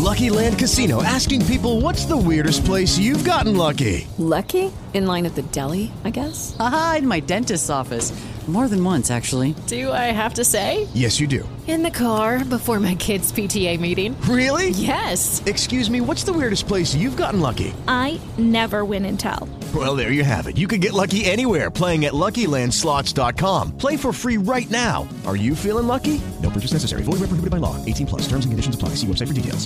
Lucky Land Casino, asking people, what's the weirdest place you've gotten lucky? Lucky? In line at the deli, I guess? Aha, in my dentist's office. More than once, actually. Do I have to say? Yes, you do. In the car before my kids' PTA meeting. Really? Yes. Excuse me, what's the weirdest place you've gotten lucky? I never win and tell. Well, there you have it. You can get lucky anywhere, playing at LuckyLandSlots.com. Play for free right now. Are you feeling lucky? No purchase necessary. Void where prohibited by law. 18 plus. Terms and conditions apply. See website for details.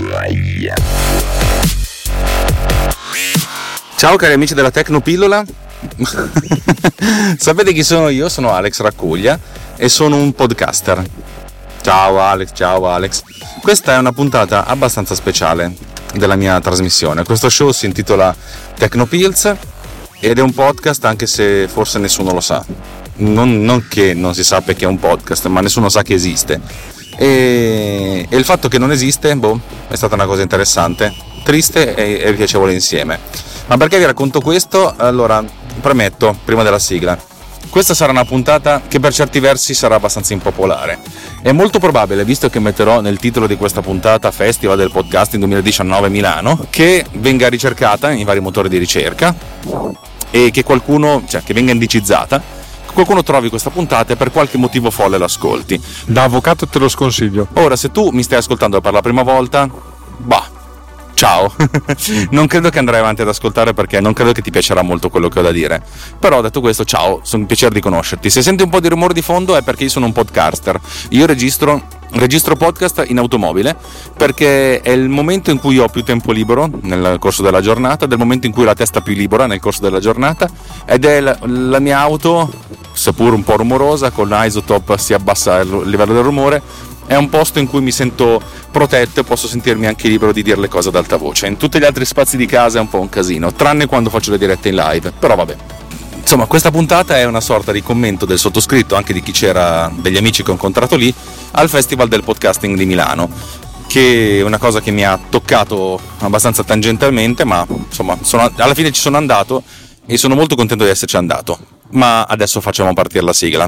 Ciao cari amici della Tecnopillola. Sapete chi sono io? Sono Alex Raccuglia e sono un podcaster. Ciao Alex. Questa è una puntata abbastanza speciale della mia trasmissione. Questo show si intitola Tecnopills ed è un podcast, anche se forse nessuno lo sa. Non che non si sappia che è un podcast, ma nessuno sa che esiste. E il fatto che non esiste, è stata una cosa interessante, triste e piacevole insieme. Ma perché vi racconto questo? Allora, premetto, prima della sigla, questa sarà una puntata che per certi versi sarà abbastanza impopolare. È molto probabile, visto che metterò nel titolo di questa puntata Festival del Podcasting 2019 Milano, che venga ricercata in vari motori di ricerca e che che venga indicizzata, qualcuno trovi questa puntata e per qualche motivo folle l'ascolti. Da avvocato te lo sconsiglio. Ora, se tu mi stai ascoltando per la prima volta, ciao. Non credo che andrai avanti ad ascoltare, perché non credo che ti piacerà molto quello che ho da dire. Però detto questo, ciao, sono un piacere di conoscerti. Se senti un po' di rumore di fondo è perché io sono un podcaster. Io registro podcast in automobile, perché è il momento in cui ho più tempo libero nel corso della giornata, del momento in cui ho la testa più libera nel corso della giornata, ed è la mia auto, seppur un po' rumorosa, con l'Isotop si abbassa il livello del rumore. È un posto in cui mi sento protetto e posso sentirmi anche libero di dire le cose ad alta voce. In tutti gli altri spazi di casa è un po' un casino, tranne quando faccio le dirette in live, però vabbè. Insomma, questa puntata è una sorta di commento del sottoscritto, anche di chi c'era, degli amici che ho incontrato lì, al Festival del Podcasting di Milano, che è una cosa che mi ha toccato abbastanza tangentalmente, ma insomma, alla fine ci sono andato e sono molto contento di esserci andato. Ma adesso facciamo partire la sigla.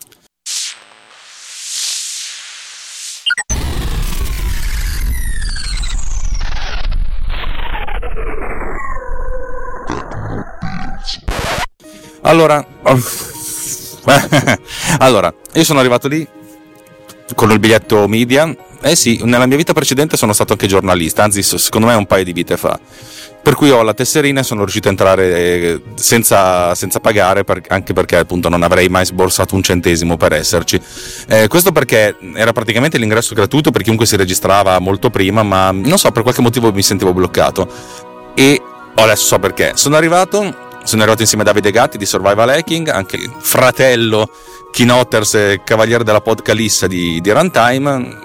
Allora, io sono arrivato lì con il biglietto media. Sì, nella mia vita precedente sono stato anche giornalista, anzi secondo me un paio di vite fa, per cui ho la tesserina e sono riuscito a entrare senza pagare, anche perché appunto non avrei mai sborsato un centesimo per esserci. Questo perché era praticamente l'ingresso gratuito per chiunque si registrava molto prima, ma non so, per qualche motivo mi sentivo bloccato e adesso so perché. Sono arrivato insieme a Davide Gatti di Survival Hacking, anche fratello Kinoters e cavaliere della Podcalissa di Runtime,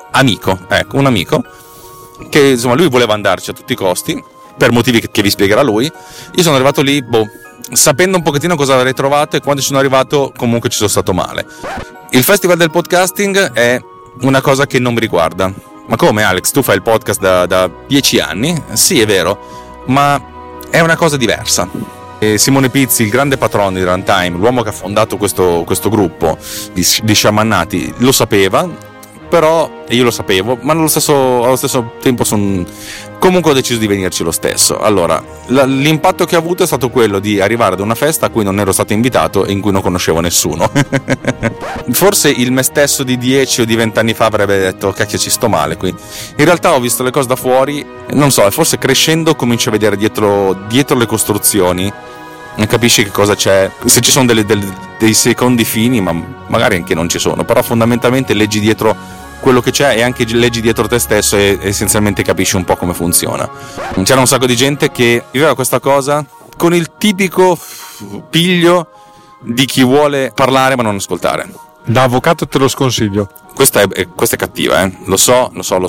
un amico che insomma lui voleva andarci a tutti i costi per motivi che vi spiegherà lui. Io sono arrivato lì sapendo un pochettino cosa avrei trovato, e quando ci sono arrivato comunque ci sono stato male. Il Festival del Podcasting è una cosa che non mi riguarda. Ma come, Alex, tu fai il podcast da 10 anni? Sì, è vero, ma è una cosa diversa. Simone Pizzi, il grande patrono di Runtime, l'uomo che ha fondato questo gruppo di sciamannati, lo sapeva, però io lo sapevo, ma allo stesso tempo comunque ho deciso di venirci lo stesso. Allora, l'impatto che ho avuto è stato quello di arrivare ad una festa a cui non ero stato invitato e in cui non conoscevo nessuno. Forse il me stesso di 10 o di 20 anni fa avrebbe detto cacchio, ci sto male qui. In realtà ho visto le cose da fuori, non so, e forse crescendo cominci a vedere dietro le costruzioni e capisci che cosa c'è, se ci sono dei secondi fini, ma magari anche non ci sono, però fondamentalmente leggi dietro quello che c'è e anche leggi dietro te stesso e essenzialmente capisci un po' come funziona. C'era un sacco di gente che viveva questa cosa con il tipico piglio di chi vuole parlare ma non ascoltare. Da avvocato te lo sconsiglio. Questa è cattiva, lo so.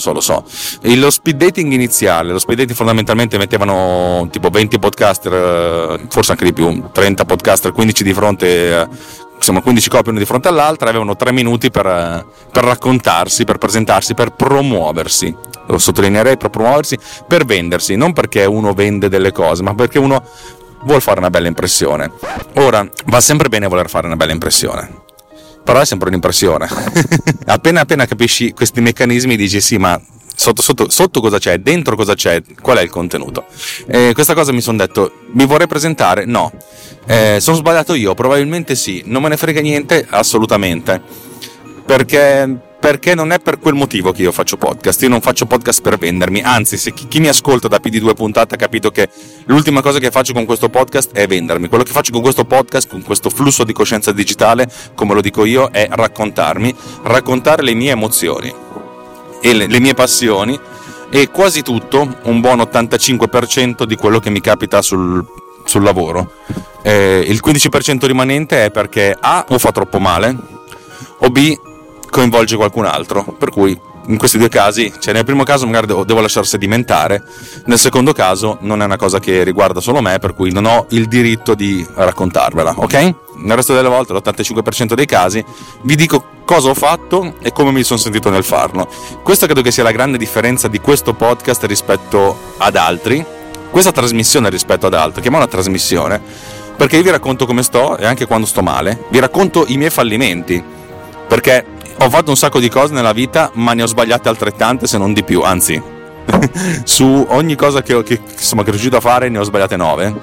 Lo speed dating iniziale, lo speed dating fondamentalmente mettevano tipo 20 podcaster, forse anche di più, 30 podcaster, 15 di fronte, insomma 15 coppie uno di fronte all'altra, avevano 3 minuti per raccontarsi, per presentarsi, per promuoversi. Lo sottolineerei, per promuoversi, per vendersi, non perché uno vende delle cose, ma perché uno vuol fare una bella impressione. Ora, va sempre bene voler fare una bella impressione, però è sempre un'impressione. appena capisci questi meccanismi dici sì, ma sotto cosa c'è, dentro cosa c'è, qual è il contenuto. Questa cosa mi sono detto, mi vorrei presentare? No. Sono sbagliato io? Probabilmente sì. Non me ne frega niente, assolutamente. Perché non è per quel motivo che io faccio podcast. Io non faccio podcast per vendermi, anzi, se chi mi ascolta da più di 2 puntate ha capito che l'ultima cosa che faccio con questo podcast è vendermi. Quello che faccio con questo podcast, con questo flusso di coscienza digitale, come lo dico io, è raccontare le mie emozioni e le mie passioni, e quasi tutto, un buon 85% di quello che mi capita sul lavoro. Il 15% rimanente è perché A, o fa troppo male, o B, coinvolge qualcun altro, per cui in questi 2 casi, cioè nel primo caso magari devo lasciar sedimentare, nel secondo caso non è una cosa che riguarda solo me, per cui non ho il diritto di raccontarvela, ok? Nel resto delle volte, l'85% dei casi, vi dico cosa ho fatto e come mi sono sentito nel farlo. Questo credo che sia la grande differenza di questo podcast rispetto ad altri, questa trasmissione rispetto ad altri, chiamiamola trasmissione, perché io vi racconto come sto, e anche quando sto male, vi racconto i miei fallimenti, perché ho fatto un sacco di cose nella vita, ma ne ho sbagliate altrettante, se non di più, anzi su ogni cosa che sono riuscito a fare ne ho sbagliate 9,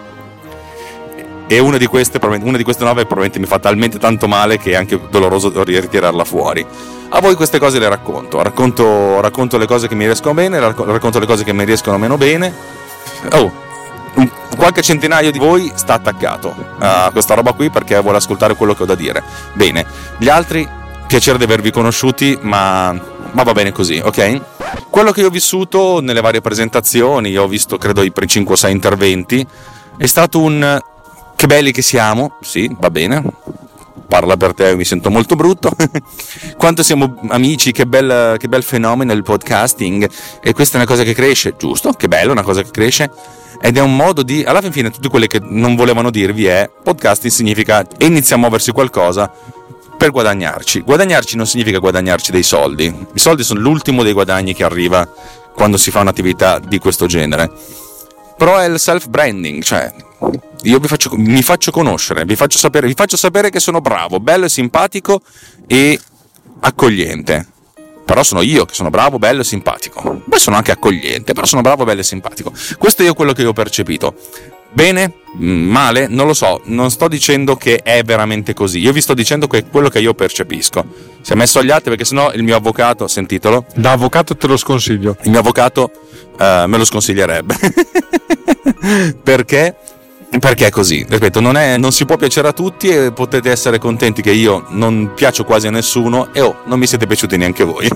e una di queste 9 probabilmente mi fa talmente tanto male che è anche doloroso ritirarla fuori. A voi queste cose le racconto le cose che mi riescono bene, racconto le cose che mi riescono meno bene. Qualche centinaio di voi sta attaccato a questa roba qui perché vuole ascoltare quello che ho da dire. Bene, gli altri, piacere di avervi conosciuti, ma va bene così, ok? Quello che io ho vissuto nelle varie presentazioni, io ho visto credo i 5 o 6 interventi, è stato un che belli che siamo, sì, va bene, parla per te, mi sento molto brutto, quanto siamo amici, che bel fenomeno il podcasting, e questa è una cosa che cresce, giusto, che bello, una cosa che cresce, ed è un modo di, alla fine tutti quelli che non volevano dirvi è, podcasting significa inizia a muoversi qualcosa per guadagnarci non significa guadagnarci dei soldi, i soldi sono l'ultimo dei guadagni che arriva quando si fa un'attività di questo genere, però è il self branding, cioè io mi faccio conoscere, vi faccio sapere che sono bravo, bello e simpatico e accogliente. Però sono io che sono bravo, bello e simpatico. Poi sono anche accogliente, però sono bravo, bello e simpatico. Questo è quello che io ho percepito. Bene? Male? Non lo so, non sto dicendo che è veramente così. Io vi sto dicendo che è quello che io percepisco. Si è messo agli atti perché sennò il mio avvocato, sentitelo. Da avvocato te lo sconsiglio. Il mio avvocato me lo sconsiglierebbe. Perché è così, ripeto, non si può piacere a tutti, e potete essere contenti che io non piaccio quasi a nessuno e non mi siete piaciuti neanche voi.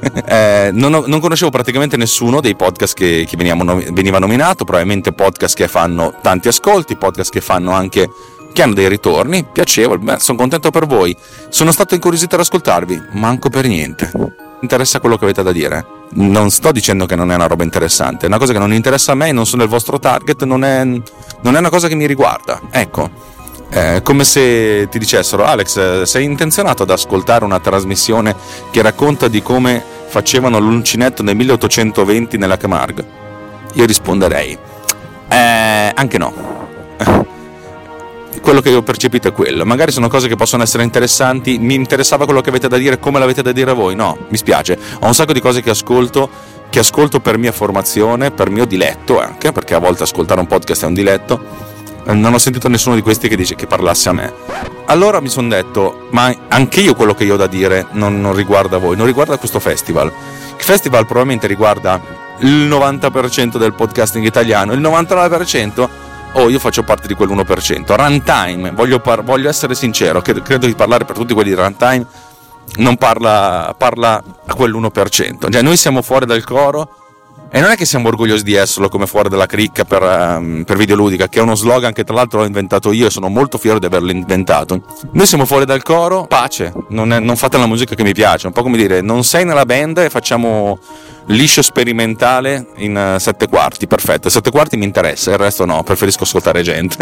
Non conoscevo praticamente nessuno dei podcast che veniva nominato, probabilmente podcast che fanno tanti ascolti, podcast che hanno dei ritorni, piacevole, sono contento per voi, sono stato incuriosito ad ascoltarvi, manco per niente. Interessa quello che avete da dire. Non sto dicendo che non è una roba interessante, è una cosa che non interessa a me, non sono il vostro target, non è una cosa che mi riguarda. Ecco, come se ti dicessero: Alex, sei intenzionato ad ascoltare una trasmissione che racconta di come facevano l'uncinetto nel 1820 nella Camargue? Io risponderei anche no. Quello che io ho percepito è quello. Magari sono cose che possono essere interessanti, mi interessava quello che avete da dire, come l'avete da dire voi? No, mi spiace, ho un sacco di cose che ascolto per mia formazione, per mio diletto anche, perché a volte ascoltare un podcast è un diletto. Non ho sentito nessuno di questi che dice che parlasse a me. Allora mi sono detto, ma anche io quello che io ho da dire non riguarda voi, non riguarda questo festival. Il festival probabilmente riguarda il 90% del podcasting italiano, il 99%. Io faccio parte di quell'1%. Runtime, voglio essere sincero, credo di parlare per tutti quelli di Runtime, non parla a quell'1%. Cioè, noi siamo fuori dal coro, e non è che siamo orgogliosi di esserlo come fuori dalla cricca per Videoludica, che è uno slogan che tra l'altro l'ho inventato io e sono molto fiero di averlo inventato. Noi siamo fuori dal coro, pace, non fate la musica che mi piace, un po' come dire, non sei nella band e facciamo liscio sperimentale in 7 quarti, perfetto, 7 quarti mi interessa, il resto no, preferisco ascoltare gente.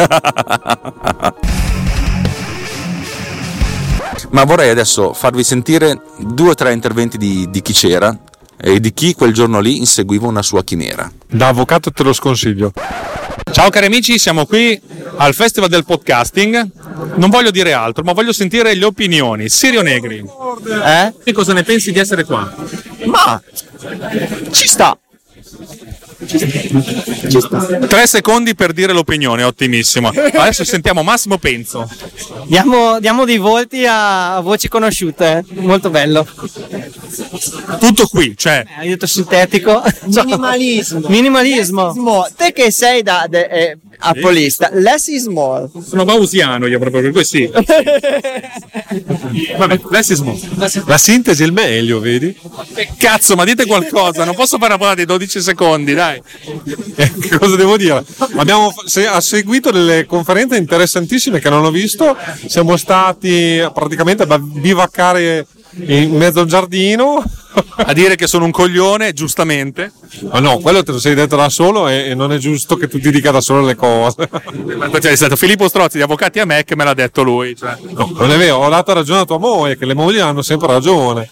Ma vorrei adesso farvi sentire 2 o 3 interventi di chi c'era e di chi quel giorno lì inseguiva una sua chimera. Da avvocato te lo sconsiglio. Ciao cari amici, siamo qui al Festival del Podcasting. Non voglio dire altro, ma voglio sentire le opinioni. Sirio Negri, che cosa ne pensi di essere qua? ma ci sta. 3 secondi per dire l'opinione, ottimissimo. Adesso sentiamo Massimo Penzo. Diamo dei volti a voci conosciute, molto bello. Tutto qui, cioè. Hai detto sintetico. Minimalismo. Te che sei da appolista, less is more. Sono bausiano io proprio, per cui sì. Vabbè, less is more. La sintesi è il meglio, vedi? Che cazzo, ma dite qualcosa, non posso fare una puntata di 12 secondi, dai. Che cosa devo dire? Abbiamo seguito delle conferenze interessantissime che non ho visto. Siamo stati praticamente a bivaccare in mezzo al giardino a dire che sono un coglione, giustamente. Ma no, quello te lo sei detto da solo e non è giusto che tu ti dica da solo le cose. Cioè, è stato Filippo Strozzi di Avvocati a me che me l'ha detto lui, cioè. No, non è vero, ho dato ragione a tua moglie, che le mogli hanno sempre ragione.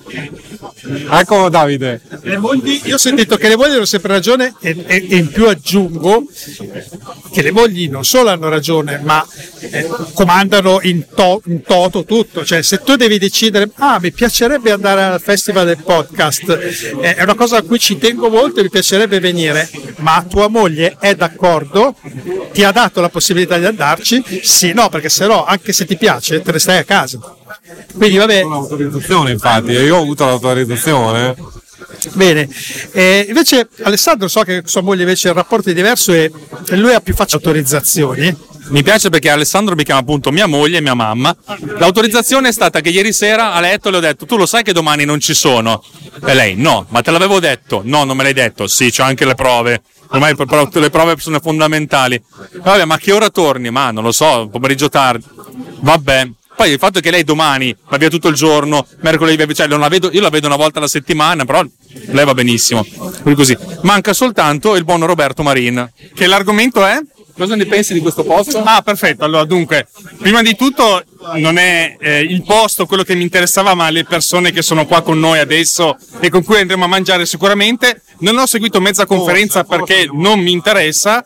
Ecco Davide. Io ho sentito che le mogli hanno sempre ragione e in più aggiungo che le mogli non solo hanno ragione, ma comandano in toto tutto. Cioè, se tu devi decidere, mi piacerebbe andare al Festival del Podcast, è una cosa a cui ci tengo molto e mi piacerebbe venire, ma tua moglie è d'accordo? Ti ha dato la possibilità di andarci? Sì, no, perché se no, anche se ti piace, te ne stai a casa. Quindi vabbè. L'autorizzazione, infatti, io ho avuto l'autorizzazione. Bene, invece Alessandro, so che sua moglie invece il rapporto è diverso e lui ha più facile autorizzazioni. Mi piace perché Alessandro mi chiama appunto mia moglie e mia mamma. L'autorizzazione è stata che ieri sera a letto le ho detto: tu lo sai che domani non ci sono? E lei: no, ma te l'avevo detto. No, non me l'hai detto. Sì, c'ho anche le prove. Ormai le prove sono fondamentali. Vabbè, ma che ora torni? Ma non lo so, pomeriggio tardi. Vabbè. Poi il fatto è che lei domani va via tutto il giorno, mercoledì, cioè non la vedo, io la vedo una volta alla settimana, però lei va benissimo. Così. Manca soltanto il buon Roberto Marin. Che l'argomento è? Cosa ne pensi di questo posto? Perfetto. Allora, dunque, prima di tutto non è il posto quello che mi interessava, ma le persone che sono qua con noi adesso e con cui andremo a mangiare sicuramente. Non ho seguito mezza conferenza perché non mi interessa.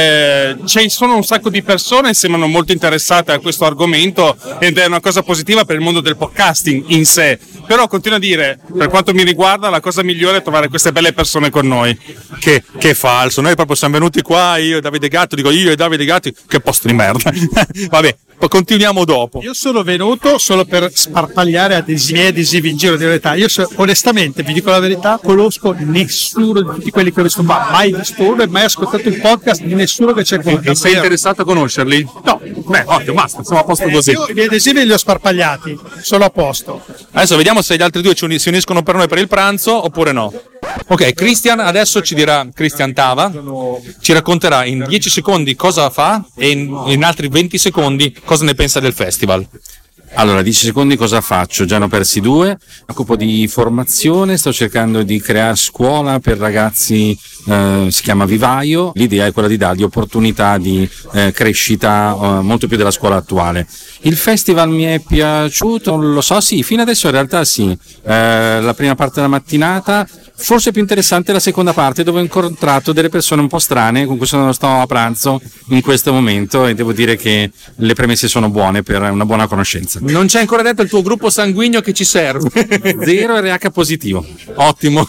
Ci sono un sacco di persone che sembrano molto interessate a questo argomento ed è una cosa positiva per il mondo del podcasting in sé. Però continuo a dire, per quanto mi riguarda, la cosa migliore è trovare queste belle persone con noi. Che falso, noi proprio siamo venuti qua, io e Davide Gatto, dico io e Davide Gatti, che posto di merda. Vabbè, continuiamo dopo. Io sono venuto solo per sparpagliare adesivi in giro di verità. Io onestamente, vi dico la verità, conosco nessuno di tutti quelli che ho visto qua, mai visto uno e mai ascoltato il podcast di nessuno che c'è qui. E sei interessato a conoscerli? No. Beh, ottimo, basta, siamo a posto così. Io gli adesivi li ho sparpagliati, sono a posto. Adesso vediamo se gli altri due si uniscono per noi per il pranzo oppure no. Ok, Christian adesso ci dirà, Christian Tava, ci racconterà in 10 secondi cosa fa e in altri 20 secondi cosa ne pensa del festival. Allora, 10 secondi cosa faccio? Già ne ho persi 2. Mi occupo di formazione, sto cercando di creare scuola per ragazzi, si chiama Vivaio. L'idea è quella di dargli opportunità di crescita molto più della scuola attuale. Il festival mi è piaciuto, non lo so, sì, fino adesso in realtà sì. La prima parte della mattinata, forse più interessante la seconda parte, dove ho incontrato delle persone un po' strane con cui sto a pranzo in questo momento e devo dire che le premesse sono buone per una buona conoscenza. Non c'è ancora detto il tuo gruppo sanguigno che ci serve. 0 RH positivo. Ottimo.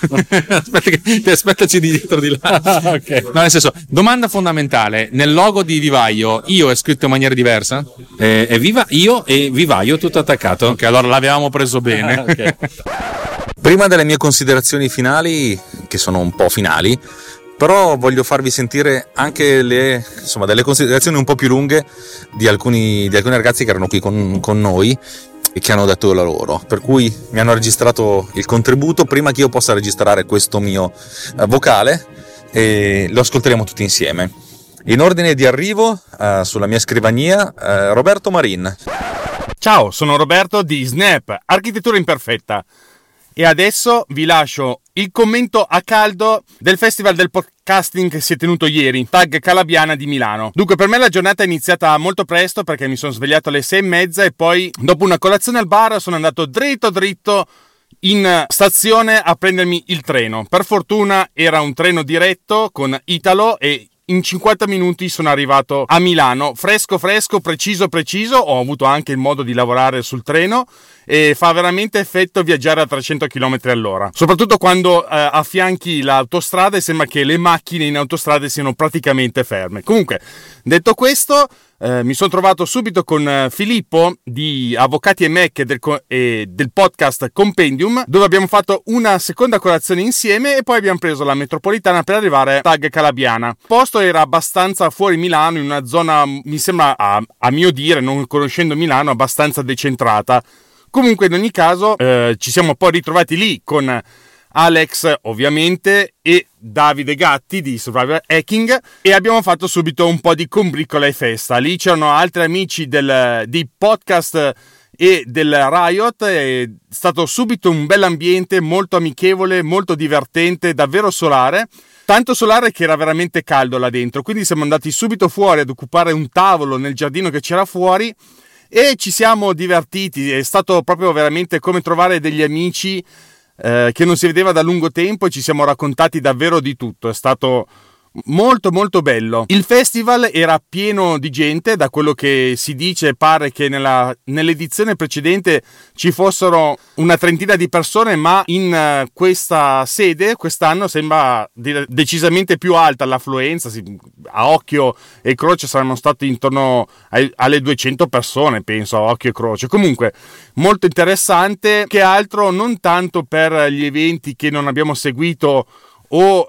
Aspettaci di dietro di là. Okay. No, nel senso, domanda fondamentale, nel logo di Vivaio io è scritto in maniera diversa? È viva io e Vivaio tutto attaccato. Ok, allora l'avevamo preso bene. Okay. Prima delle mie considerazioni finali, che sono un po' finali, però voglio farvi sentire anche delle considerazioni un po' più lunghe di alcuni ragazzi che erano qui con noi e che hanno detto la loro, per cui mi hanno registrato il contributo prima che io possa registrare questo mio vocale e lo ascolteremo tutti insieme. In ordine di arrivo sulla mia scrivania, Roberto Marin. Ciao, sono Roberto di Snap, Architettura Imperfetta. E adesso vi lascio il commento a caldo del Festival del Podcasting che si è tenuto ieri, Tag Calabiana di Milano. Dunque, per me la giornata è iniziata molto presto perché mi sono svegliato alle 6:30 e poi dopo una colazione al bar sono andato dritto in stazione a prendermi il treno. Per fortuna era un treno diretto con Italo e in 50 minuti sono arrivato a Milano, fresco, preciso. Ho avuto anche il modo di lavorare sul treno e fa veramente effetto viaggiare a 300 km all'ora, soprattutto quando affianchi l'autostrada e sembra che le macchine in autostrada siano praticamente ferme. Comunque, detto questo, mi sono trovato subito con Filippo di Avvocati e Mac e del podcast Compendium, dove abbiamo fatto una seconda colazione insieme e poi abbiamo preso la metropolitana per arrivare a Tag Calabiana. Il posto era abbastanza fuori Milano, in una zona, mi sembra, a mio dire, non conoscendo Milano, abbastanza decentrata. Comunque, in ogni caso, ci siamo poi ritrovati lì con Alex, ovviamente, e Davide Gatti di Survivor Hacking, e abbiamo fatto subito un po' di combricola e festa. Lì c'erano altri amici di podcast e del Riot. È stato subito un bel ambiente, molto amichevole, molto divertente, davvero solare. Tanto solare che era veramente caldo là dentro, quindi siamo andati subito fuori ad occupare un tavolo nel giardino che c'era fuori e ci siamo divertiti. È stato proprio veramente come trovare degli amici che non si vedeva da lungo tempo, e ci siamo raccontati davvero di tutto. È stato molto molto bello. Il festival era pieno di gente, da quello che si dice pare che nell'edizione precedente ci fossero una trentina di persone, ma in questa sede quest'anno sembra decisamente più alta l'affluenza. A occhio e croce saranno stati intorno alle 200 persone, penso, a occhio e croce. Comunque molto interessante, che altro non tanto per gli eventi che non abbiamo seguito o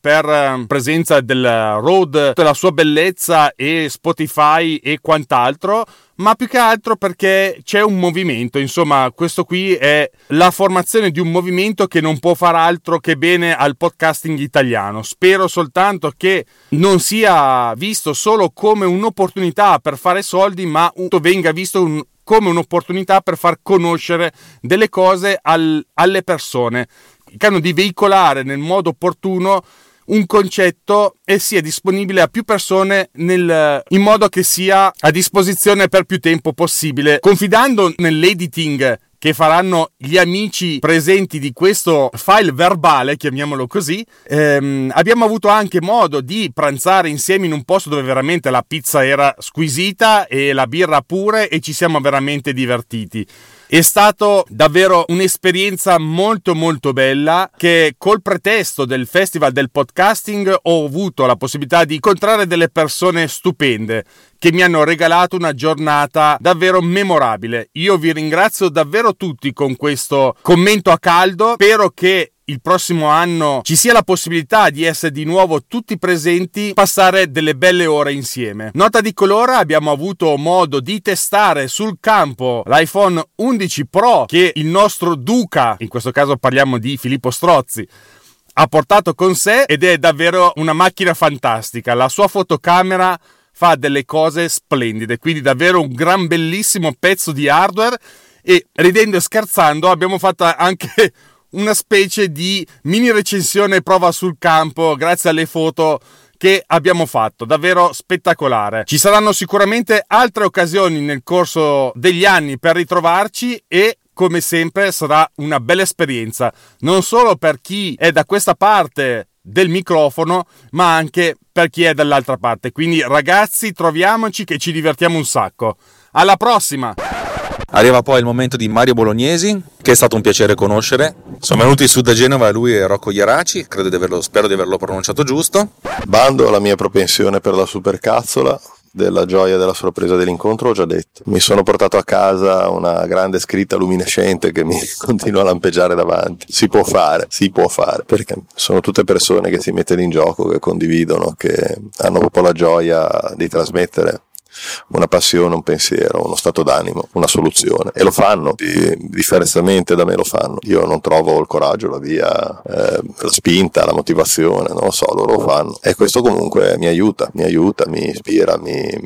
per presenza del Road, la sua bellezza e Spotify e quant'altro, ma più che altro perché c'è un movimento. Insomma, questo qui è la formazione di un movimento che non può far altro che bene al podcasting italiano. Spero soltanto che non sia visto solo come un'opportunità per fare soldi, ma venga visto come un'opportunità per far conoscere delle cose alle persone, cercando di veicolare nel modo opportuno un concetto e sia disponibile a più persone in modo che sia a disposizione per più tempo possibile, confidando nell'editing che faranno gli amici presenti di questo file verbale, chiamiamolo così. Abbiamo avuto anche modo di pranzare insieme in un posto dove veramente la pizza era squisita e la birra pure, e ci siamo veramente divertiti. È stato davvero un'esperienza molto molto bella, che col pretesto del Festival del Podcasting ho avuto la possibilità di incontrare delle persone stupende che mi hanno regalato una giornata davvero memorabile. Io vi ringrazio davvero tutti con questo commento a caldo. Spero che il prossimo anno ci sia la possibilità di essere di nuovo tutti presenti, passare delle belle ore insieme. Nota di colore: abbiamo avuto modo di testare sul campo l'iPhone 11 Pro che il nostro Duca, in questo caso parliamo di Filippo Strozzi, ha portato con sé, ed è davvero una macchina fantastica. La sua fotocamera fa delle cose splendide, quindi davvero un gran bellissimo pezzo di hardware. E ridendo e scherzando abbiamo fatto anche una specie di mini recensione prova sul campo grazie alle foto che abbiamo fatto, davvero spettacolare. Ci saranno sicuramente altre occasioni nel corso degli anni per ritrovarci, e come sempre sarà una bella esperienza, non solo per chi è da questa parte del microfono, ma anche per chi è dall'altra parte. Quindi ragazzi, troviamoci che ci divertiamo un sacco. Alla prossima! Arriva poi il momento di Mario Bolognesi, che è stato un piacere conoscere. Sono venuti su da Genova lui e Rocco Ieraci, spero di averlo pronunciato giusto. Bando alla mia propensione per la supercazzola, della gioia della sorpresa dell'incontro, ho già detto. Mi sono portato a casa una grande scritta luminescente che mi continua a lampeggiare davanti. Si può fare, perché sono tutte persone che si mettono in gioco, che condividono, che hanno proprio la gioia di trasmettere una passione, un pensiero, uno stato d'animo, una soluzione, e lo fanno, diversamente da me lo fanno. Io non trovo il coraggio, la via, la spinta, la motivazione, non lo so, loro lo fanno, e questo comunque mi aiuta, mi ispira,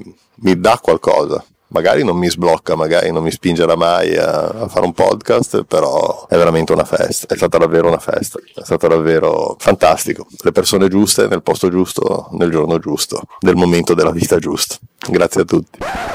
mi dà qualcosa. Magari non mi sblocca, magari non mi spingerà mai a fare un podcast, però è veramente una festa, è stata davvero una festa, è stato davvero fantastico. Le persone giuste, nel posto giusto, nel giorno giusto, nel momento della vita giusto. Grazie a tutti.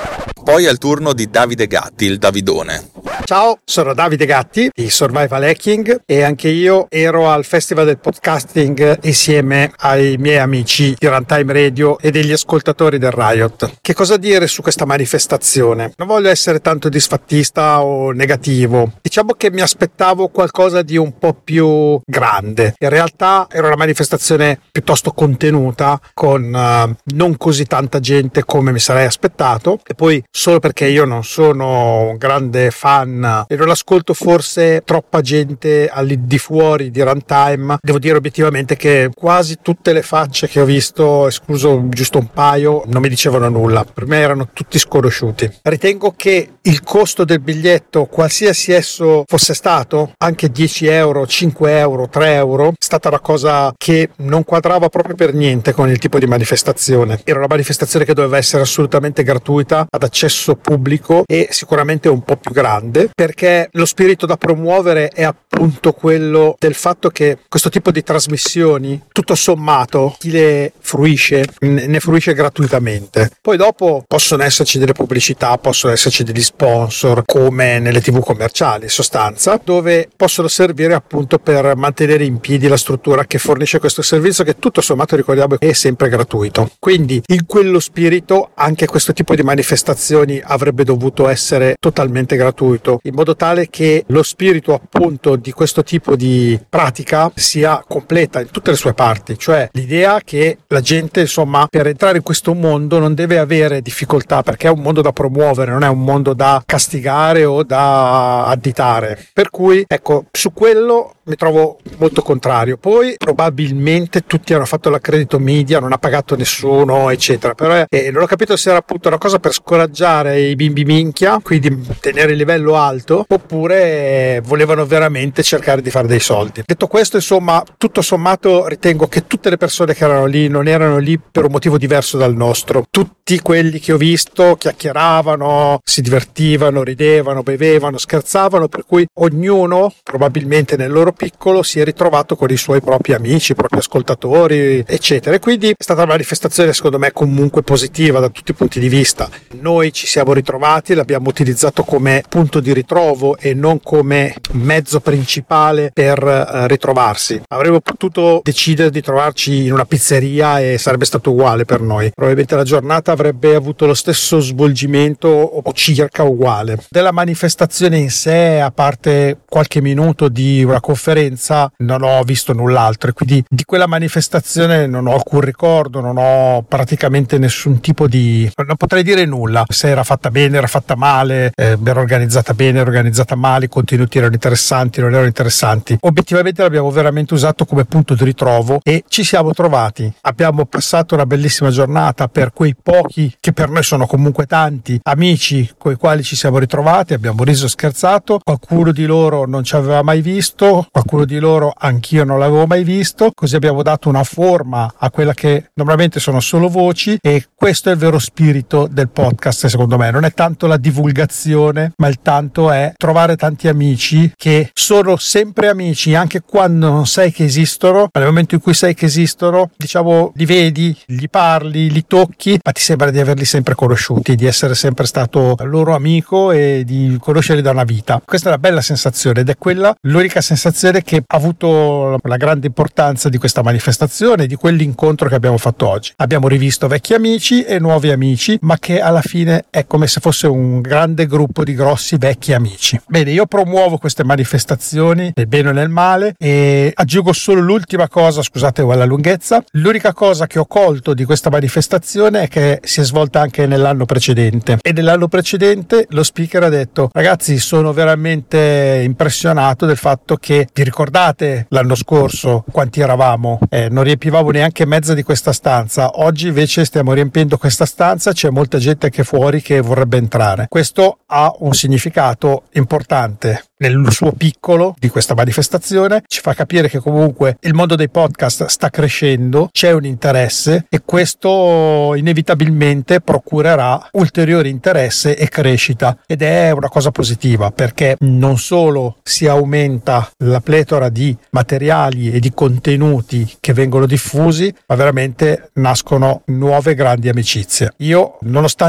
Poi è il turno di Davide Gatti, il Davidone. Ciao, sono Davide Gatti di Survival Hacking e anche io ero al Festival del Podcasting insieme ai miei amici di Runtime Radio e degli ascoltatori del Riot. Che cosa dire su questa manifestazione? Non voglio essere tanto disfattista o negativo. Diciamo che mi aspettavo qualcosa di un po' più grande. In realtà era una manifestazione piuttosto contenuta, con non così tanta gente come mi sarei aspettato, e poi solo perché io non sono un grande fan e non ascolto forse troppa gente al di fuori di Runtime, devo dire obiettivamente che quasi tutte le facce che ho visto, escluso giusto un paio, non mi dicevano nulla. Per me erano tutti sconosciuti. Ritengo che il costo del biglietto, qualsiasi esso fosse stato, anche 10 euro, 5 euro, 3 euro, è stata una cosa che non quadrava proprio per niente con il tipo di manifestazione. Era una manifestazione che doveva essere assolutamente gratuita, ad accesso pubblico e sicuramente un po' più grande, perché lo spirito da promuovere è appunto quello del fatto che questo tipo di trasmissioni, tutto sommato, chi le fruisce ne fruisce gratuitamente. Poi dopo possono esserci delle pubblicità, possono esserci degli sponsor, come nelle TV commerciali in sostanza, dove possono servire appunto per mantenere in piedi la struttura che fornisce questo servizio, che tutto sommato ricordiamo è sempre gratuito. Quindi in quello spirito anche questo tipo di manifestazioni avrebbe dovuto essere totalmente gratuito, in modo tale che lo spirito appunto di questo tipo di pratica sia completa in tutte le sue parti, cioè l'idea che la gente, insomma, per entrare in questo mondo non deve avere difficoltà, perché è un mondo da promuovere, non è un mondo da castigare o da additare. Per cui ecco, su quello mi trovo molto contrario. Poi probabilmente tutti hanno fatto l'accredito media, non ha pagato nessuno eccetera, però non ho capito se era appunto una cosa per scoraggiare i bimbi minchia, quindi tenere il livello alto, oppure volevano veramente cercare di fare dei soldi. Detto questo, insomma, tutto sommato ritengo che tutte le persone che erano lì non erano lì per un motivo diverso dal nostro. Tutti quelli che ho visto chiacchieravano, si divertivano, ridevano, bevevano, scherzavano, per cui ognuno probabilmente nel loro piccolo si è ritrovato con i suoi propri amici, i propri ascoltatori eccetera, e quindi è stata una manifestazione secondo me comunque positiva da tutti i punti di vista. Noi ci siamo ritrovati, l'abbiamo utilizzato come punto di ritrovo e non come mezzo principale per ritrovarsi. Avremmo potuto decidere di trovarci in una pizzeria e sarebbe stato uguale per noi, probabilmente la giornata avrebbe avuto lo stesso svolgimento o circa uguale. Della manifestazione in sé, a parte qualche minuto di una conferenza, non ho visto null'altro, e quindi di quella manifestazione non ho alcun ricordo, non ho praticamente nessun tipo di, non potrei dire nulla, se era fatta bene, era fatta male, era organizzata bene, era organizzata male, i contenuti erano interessanti, non erano interessanti. Obiettivamente l'abbiamo veramente usato come punto di ritrovo e ci siamo trovati. Abbiamo passato una bellissima giornata per quei pochi, che per noi sono comunque tanti, amici con i quali ci siamo ritrovati, abbiamo riso, scherzato, qualcuno di loro non ci aveva mai visto, qualcuno di loro anch'io non l'avevo mai visto, così abbiamo dato una forma a quella che normalmente sono solo voci, e questo è il vero spirito del podcast secondo me. Non è tanto la divulgazione, ma il tanto è trovare tanti amici che sono sempre amici anche quando non sai che esistono, ma nel momento in cui sai che esistono, diciamo, li vedi, gli parli, li tocchi, ma ti sembra di averli sempre conosciuti, di essere sempre stato loro amico e di conoscerli da una vita. Questa è una bella sensazione ed è quella l'unica sensazione che ha avuto la grande importanza di questa manifestazione, di quell'incontro che abbiamo fatto oggi. Abbiamo rivisto vecchi amici e nuovi amici, ma che alla fine è come se fosse un grande gruppo di grossi vecchi amici. Bene, io promuovo queste manifestazioni nel bene o nel male e aggiungo solo l'ultima cosa, scusate la lunghezza, l'unica cosa che ho colto di questa manifestazione è che si è svolta anche nell'anno precedente, e nell'anno precedente lo speaker ha detto: ragazzi, sono veramente impressionato del fatto che, vi ricordate l'anno scorso quanti eravamo? Non riempivamo neanche mezza di questa stanza, oggi invece stiamo riempiendo questa stanza, c'è molta gente anche fuori che vorrebbe entrare. Questo ha un significato importante nel suo piccolo di questa manifestazione, ci fa capire che comunque il mondo dei podcast sta crescendo, c'è un interesse e questo inevitabilmente procurerà ulteriore interesse e crescita, ed è una cosa positiva, perché non solo si aumenta la pletora di materiali e di contenuti che vengono diffusi, ma veramente nascono nuove grandi amicizie. Io, nonostante tutto,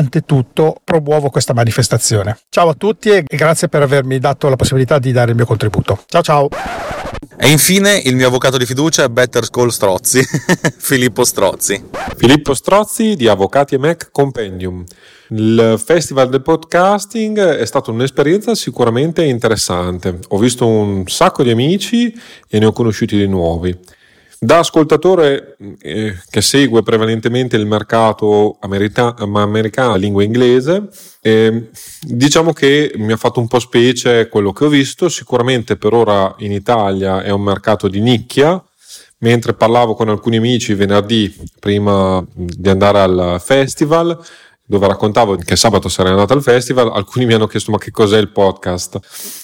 soprattutto promuovo questa manifestazione. Ciao a tutti e grazie per avermi dato la possibilità di dare il mio contributo. Ciao ciao! E infine il mio avvocato di fiducia è Better Call Strozzi, Filippo Strozzi. Filippo Strozzi di Avvocati e Mac Compendium. Il Festival del Podcasting è stata un'esperienza sicuramente interessante. Ho visto un sacco di amici e ne ho conosciuti di nuovi. Da ascoltatore che segue prevalentemente il mercato americano, lingua inglese, diciamo che mi ha fatto un po' specie quello che ho visto. Sicuramente per ora in Italia è un mercato di nicchia, mentre parlavo con alcuni amici venerdì prima di andare al festival, dove raccontavo che sabato sarei andato al festival, alcuni mi hanno chiesto ma che cos'è il podcast?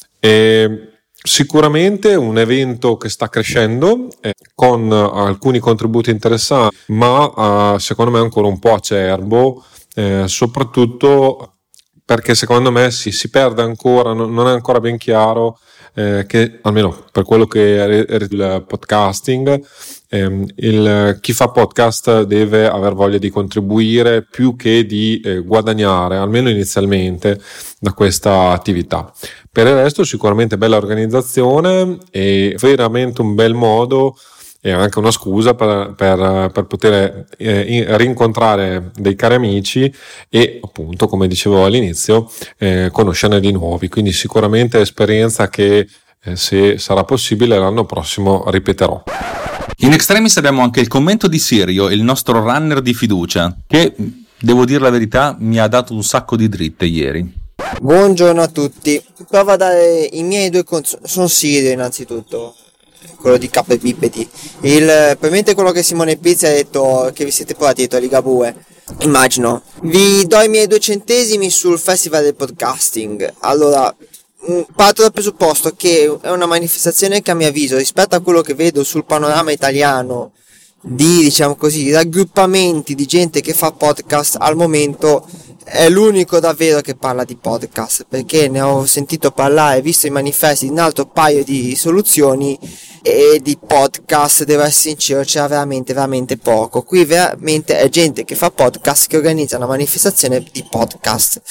Sicuramente un evento che sta crescendo con alcuni contributi interessanti, ma secondo me ancora un po' acerbo, soprattutto perché secondo me si perde ancora, non è ancora ben chiaro che almeno per quello che è il podcasting, chi fa podcast deve aver voglia di contribuire più che di guadagnare, almeno inizialmente, da questa attività. Per il resto sicuramente bella organizzazione e veramente un bel modo e anche una scusa per poter rincontrare dei cari amici e appunto, come dicevo all'inizio, conoscerne di nuovi. Quindi sicuramente esperienza che se sarà possibile l'anno prossimo ripeterò. In extremis abbiamo anche il commento di Sirio, il nostro runner di fiducia, che, devo dire la verità, mi ha dato un sacco di dritte ieri. Buongiorno a tutti, provo a dare i miei due sono Sirio innanzitutto, quello di K Bipedi, probabilmente quello che Simone Pizzi ha detto che vi siete provati dietro a Ligabue, immagino. Vi do i miei 2 centesimi sul Festival del Podcasting. Allora, parto dal presupposto che è una manifestazione che a mio avviso, rispetto a quello che vedo sul panorama italiano di, diciamo così, raggruppamenti di gente che fa podcast, al momento è l'unico davvero che parla di podcast, perché ne ho sentito parlare, visto i manifesti di un altro paio di soluzioni, e di podcast, devo essere sincero, c'era veramente poco. Qui veramente è gente che fa podcast che organizza una manifestazione di podcast.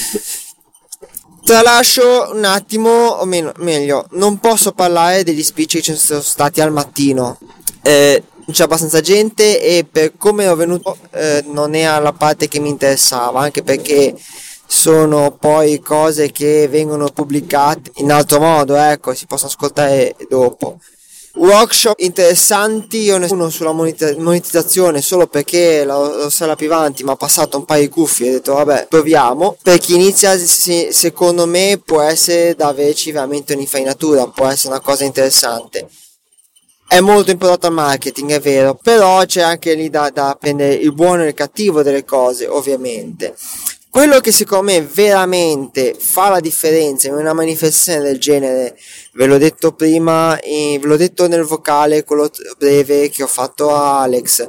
Tralascio un attimo, o meglio, non posso parlare degli speech che ci sono stati al mattino. C'è abbastanza gente e per come ero venuto non era la parte che mi interessava, anche perché sono poi cose che vengono pubblicate in altro modo, ecco, si possono ascoltare dopo. Workshop interessanti, uno sulla monetizzazione solo perché lo sarà più avanti, ma ho passato un paio di cuffie e ho detto vabbè, proviamo. Per chi inizia, secondo me può essere da averci veramente un'infarinatura, può essere una cosa interessante. È molto improntato al marketing, è vero, però c'è anche lì da prendere il buono e il cattivo delle cose, ovviamente. Quello che secondo me veramente fa la differenza in una manifestazione del genere, ve l'ho detto prima, ve l'ho detto nel vocale, quello breve che ho fatto a Alex,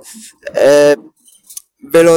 ve l'ho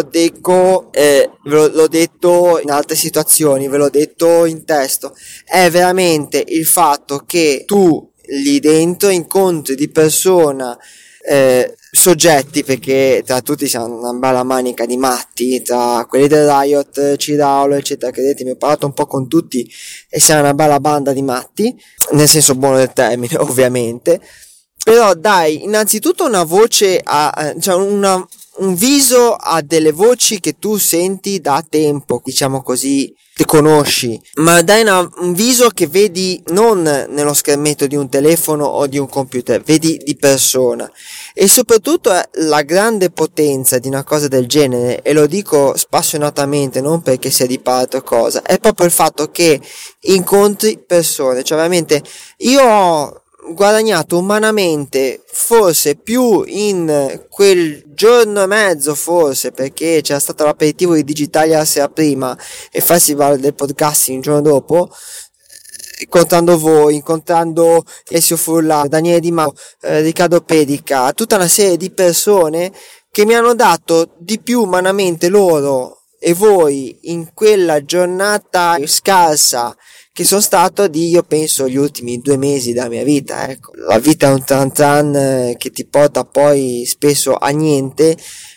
detto in altre situazioni, ve l'ho detto in testo, è veramente il fatto che tu lì dentro incontri di persona soggetti, perché tra tutti siamo una bella manica di matti, tra quelli del Riot, Ciraulo eccetera, credetemi, ho parlato un po' con tutti e siamo una bella banda di matti, nel senso buono del termine ovviamente, però dai innanzitutto una voce un viso a delle voci che tu senti da tempo, diciamo così, ti conosci, ma dai un viso che vedi non nello schermetto di un telefono o di un computer, vedi di persona. E soprattutto la grande potenza di una cosa del genere, e lo dico spassionatamente, non perché sia di parte o cosa, è proprio il fatto che incontri persone, cioè veramente io ho guadagnato umanamente forse più in quel giorno e mezzo, forse perché c'era stato l'aperitivo di Digitalia la sera prima e Festival del Podcasting il giorno dopo, incontrando voi, incontrando Alessio Furlano, Daniele Di Mauro, Riccardo Pedica, tutta una serie di persone che mi hanno dato di più umanamente loro e voi in quella giornata scarsa che sono stato di, io penso, gli ultimi 2 mesi della mia vita, ecco. La vita è un tran tran che ti porta poi spesso a niente,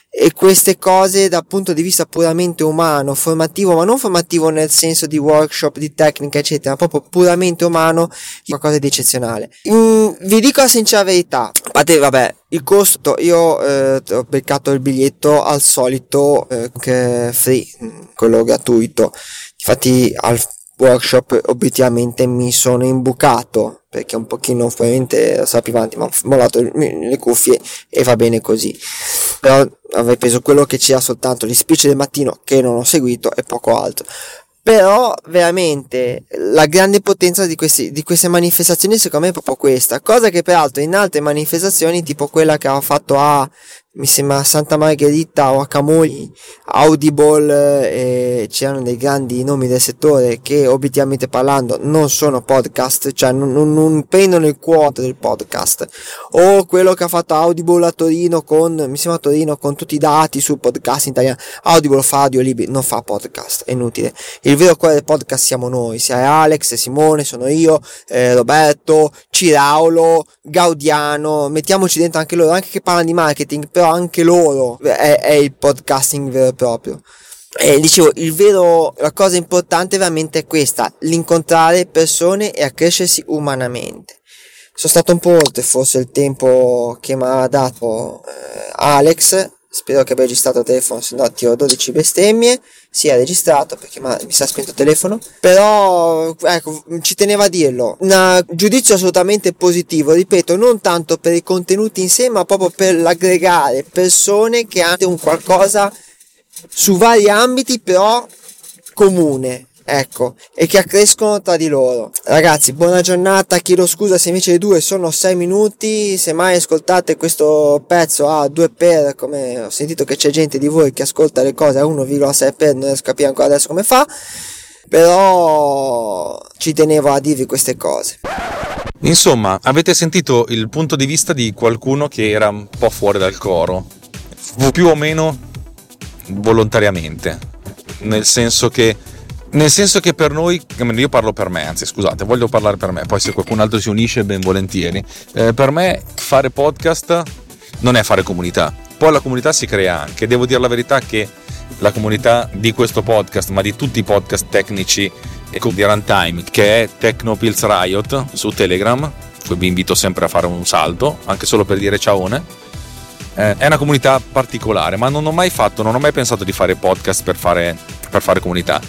e queste cose dal punto di vista puramente umano, formativo, ma non formativo nel senso di workshop, di tecnica eccetera, ma proprio puramente umano, qualcosa di eccezionale. Vi dico la sincera verità, a parte vabbè il costo, io ho beccato il biglietto al solito free, quello gratuito, infatti al workshop obiettivamente mi sono imbucato perché un pochino ovviamente sapivante, ma ho mollato le cuffie e va bene così, però avrei preso quello che c'era, soltanto gli speech del mattino che non ho seguito e poco altro. Però veramente la grande potenza di queste manifestazioni secondo me è proprio questa cosa, che peraltro in altre manifestazioni tipo quella che ha fatto mi sembra a Santa Margherita o a Camogli, Audible, c'erano dei grandi nomi del settore che obiettivamente parlando non sono podcast, cioè non prendono il quota del podcast, o quello che ha fatto Audible a Torino mi sembra a Torino con tutti i dati sul podcast in italiano. Audible fa audio libri, non fa podcast, è inutile. Il vero cuore del podcast siamo noi, sia Alex, Simone, sono io, Roberto, Ciraulo, Gaudiano, mettiamoci dentro anche loro, anche che parlano di marketing, però anche loro è il podcasting vero e proprio. Dicevo, la cosa importante veramente è questa, l'incontrare persone e accrescersi umanamente. Sono stato un po' oltre forse il tempo che mi ha dato Alex, spero che abbia registrato il telefono, se no tiro 12 bestemmie. Sì, è registrato perché mi si è spento il telefono, però ecco, ci tenevo a dirlo, un giudizio assolutamente positivo, ripeto, non tanto per i contenuti in sé ma proprio per l'aggregare persone che hanno un qualcosa su vari ambiti però comune, ecco, e che accrescono tra di loro. Ragazzi, buona giornata, chiedo scusa se invece le 2 sono 6 minuti, se mai ascoltate questo pezzo a 2 per, come ho sentito che c'è gente di voi che ascolta le cose a 1,6 per, non riesco a capire ancora adesso come fa, però ci tenevo a dirvi queste cose. Insomma, avete sentito il punto di vista di qualcuno che era un po' fuori dal coro, più o meno volontariamente, nel senso che per noi, io parlo per me, anzi scusate, voglio parlare per me, poi se qualcun altro si unisce ben volentieri, per me fare podcast non è fare comunità, poi la comunità si crea anche, devo dire la verità che la comunità di questo podcast, ma di tutti i podcast tecnici di Runtime, che è Technopills Riot su Telegram, vi invito sempre a fare un salto, anche solo per dire ciaone, è una comunità particolare, ma non ho mai pensato di fare podcast per fare comunità.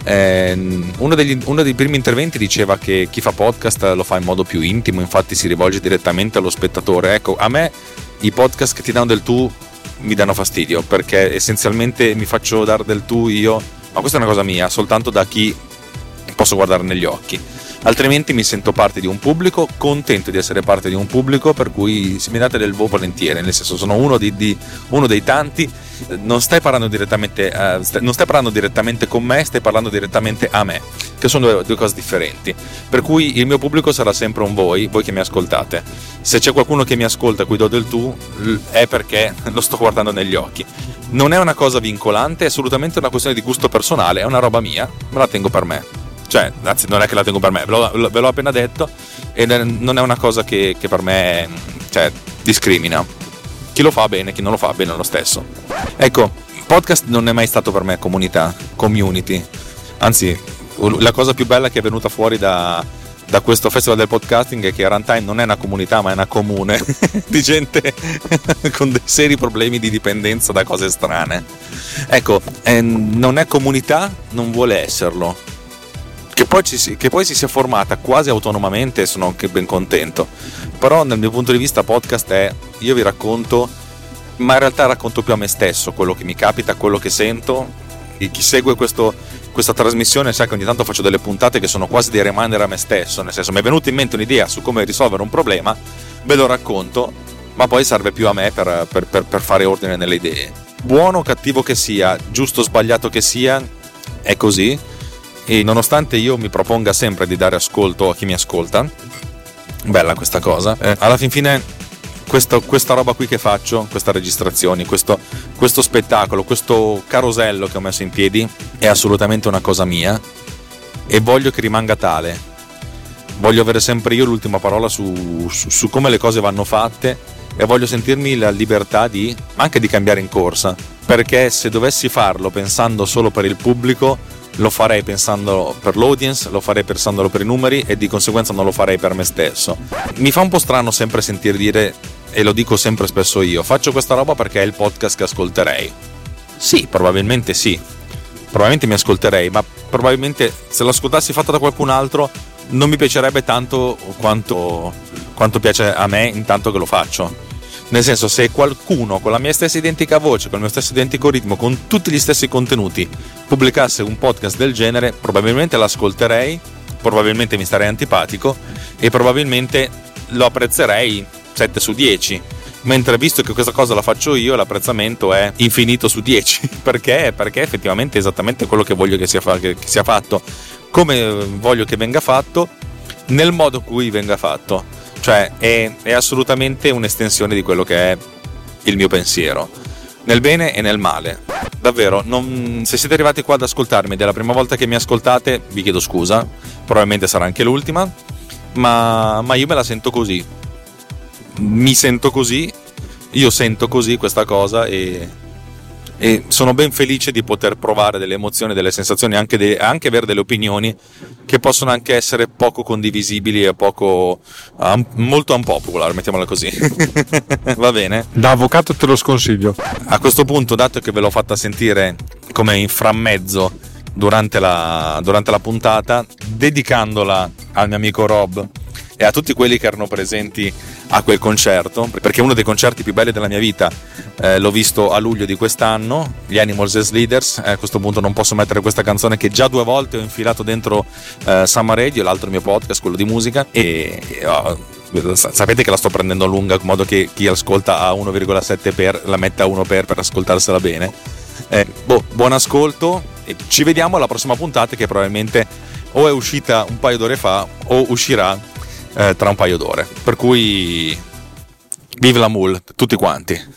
Uno dei primi interventi diceva che chi fa podcast lo fa in modo più intimo, infatti si rivolge direttamente allo spettatore. Ecco, a me i podcast che ti danno del tu mi danno fastidio, perché essenzialmente mi faccio dare del tu io, ma questa è una cosa mia, soltanto da chi posso guardare negli occhi, altrimenti mi sento parte di un pubblico, contento di essere parte di un pubblico, per cui se mi date del voi volentieri, nel senso sono uno dei tanti, non stai parlando direttamente con me, stai parlando direttamente a me, che sono due cose differenti, per cui il mio pubblico sarà sempre un voi che mi ascoltate. Se c'è qualcuno che mi ascolta a cui do del tu, è perché lo sto guardando negli occhi. Non è una cosa vincolante, è assolutamente una questione di gusto personale, è una roba mia, me la tengo per me. Cioè, anzi, non è che la tengo per me, ve l'ho appena detto, e non è una cosa che per me discrimina. Chi lo fa bene, chi non lo fa bene lo stesso. Ecco, podcast non è mai stato per me comunità, community. Anzi, la cosa più bella che è venuta fuori da questo festival del podcasting è che Runtime non è una comunità, ma è una comune di gente con dei seri problemi di dipendenza da cose strane. Ecco, non è comunità, non vuole esserlo. Che poi si sia formata quasi autonomamente, sono anche ben contento, però dal mio punto di vista podcast è, io vi racconto, ma in realtà racconto più a me stesso quello che mi capita, quello che sento, e chi segue questa trasmissione sa che ogni tanto faccio delle puntate che sono quasi dei reminder a me stesso, nel senso mi è venuta in mente un'idea su come risolvere un problema, ve lo racconto, ma poi serve più a me per fare ordine nelle idee. Buono o cattivo che sia, giusto o sbagliato che sia, è così. E nonostante io mi proponga sempre di dare ascolto a chi mi ascolta, bella questa cosa, alla fin fine questa roba qui che faccio, queste registrazioni, questo spettacolo, questo carosello che ho messo in piedi è assolutamente una cosa mia e voglio che rimanga tale. Voglio avere sempre io l'ultima parola su come le cose vanno fatte e voglio sentirmi la libertà di anche di cambiare in corsa, perché se dovessi farlo pensando solo per il pubblico lo farei pensando per l'audience, lo farei pensandolo per i numeri e di conseguenza non lo farei per me stesso. Mi fa un po' strano sempre sentir dire, e lo dico sempre spesso io, faccio questa roba perché è il podcast che ascolterei. Sì, probabilmente mi ascolterei, ma probabilmente se l'ascoltassi fatta da qualcun altro non mi piacerebbe tanto quanto piace a me intanto che lo faccio. Nel senso, se qualcuno con la mia stessa identica voce, con il mio stesso identico ritmo, con tutti gli stessi contenuti pubblicasse un podcast del genere, probabilmente l'ascolterei, probabilmente mi starei antipatico e probabilmente lo apprezzerei 7 su 10. Mentre visto che questa cosa la faccio io, l'apprezzamento è infinito su 10 perché effettivamente è esattamente quello che voglio che sia fatto, come voglio che venga fatto, nel modo in cui venga fatto, cioè è assolutamente un'estensione di quello che è il mio pensiero, nel bene e nel male. Davvero, se siete arrivati qua ad ascoltarmi ed è la prima volta che mi ascoltate, vi chiedo scusa, probabilmente sarà anche l'ultima, ma io me la sento così. Mi sento così, io sento così questa cosa e sono ben felice di poter provare delle emozioni, delle sensazioni, anche avere delle opinioni che possono anche essere poco condivisibili e molto unpopular, mettiamola così. Va bene? Da avvocato te lo sconsiglio. A questo punto, dato che ve l'ho fatta sentire come in frammezzo durante la puntata, dedicandola al mio amico Rob e a tutti quelli che erano presenti a quel concerto, perché è uno dei concerti più belli della mia vita, l'ho visto a luglio di quest'anno, gli Animals as Leaders. A questo punto non posso mettere questa canzone che già 2 volte ho infilato dentro Summer Radio, l'altro mio podcast, quello di musica, sapete che la sto prendendo lunga, in modo che chi ascolta a 1,7 per la metta a 1 per ascoltarsela bene. Buon ascolto e ci vediamo alla prossima puntata, che probabilmente o è uscita un paio d'ore fa o uscirà tra un paio d'ore, per cui vive la Mule tutti quanti.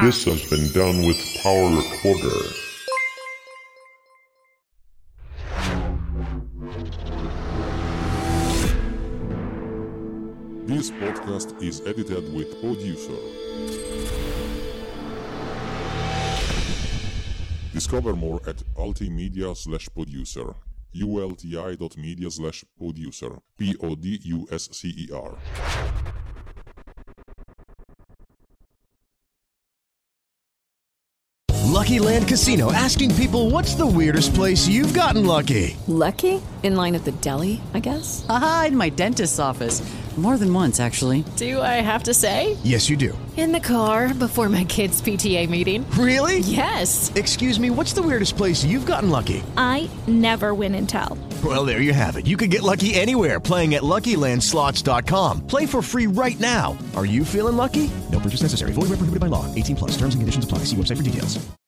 This has been done with Power Recorder. This podcast is edited with Producer. Discover more at ultimedia/producer. ulti.media/producer. PODUSCER. Lucky Land Casino, asking people, what's the weirdest place you've gotten lucky? Lucky? In line at the deli, I guess? Aha, in my dentist's office. More than once, actually. Do I have to say? Yes, you do. In the car before my kids' PTA meeting. Really? Yes. Excuse me, what's the weirdest place you've gotten lucky? I never win and tell. Well, there you have it. You can get lucky anywhere, playing at LuckyLandSlots.com. Play for free right now. Are you feeling lucky? No purchase necessary. Void where prohibited by law. 18+. Terms and conditions apply. See website for details.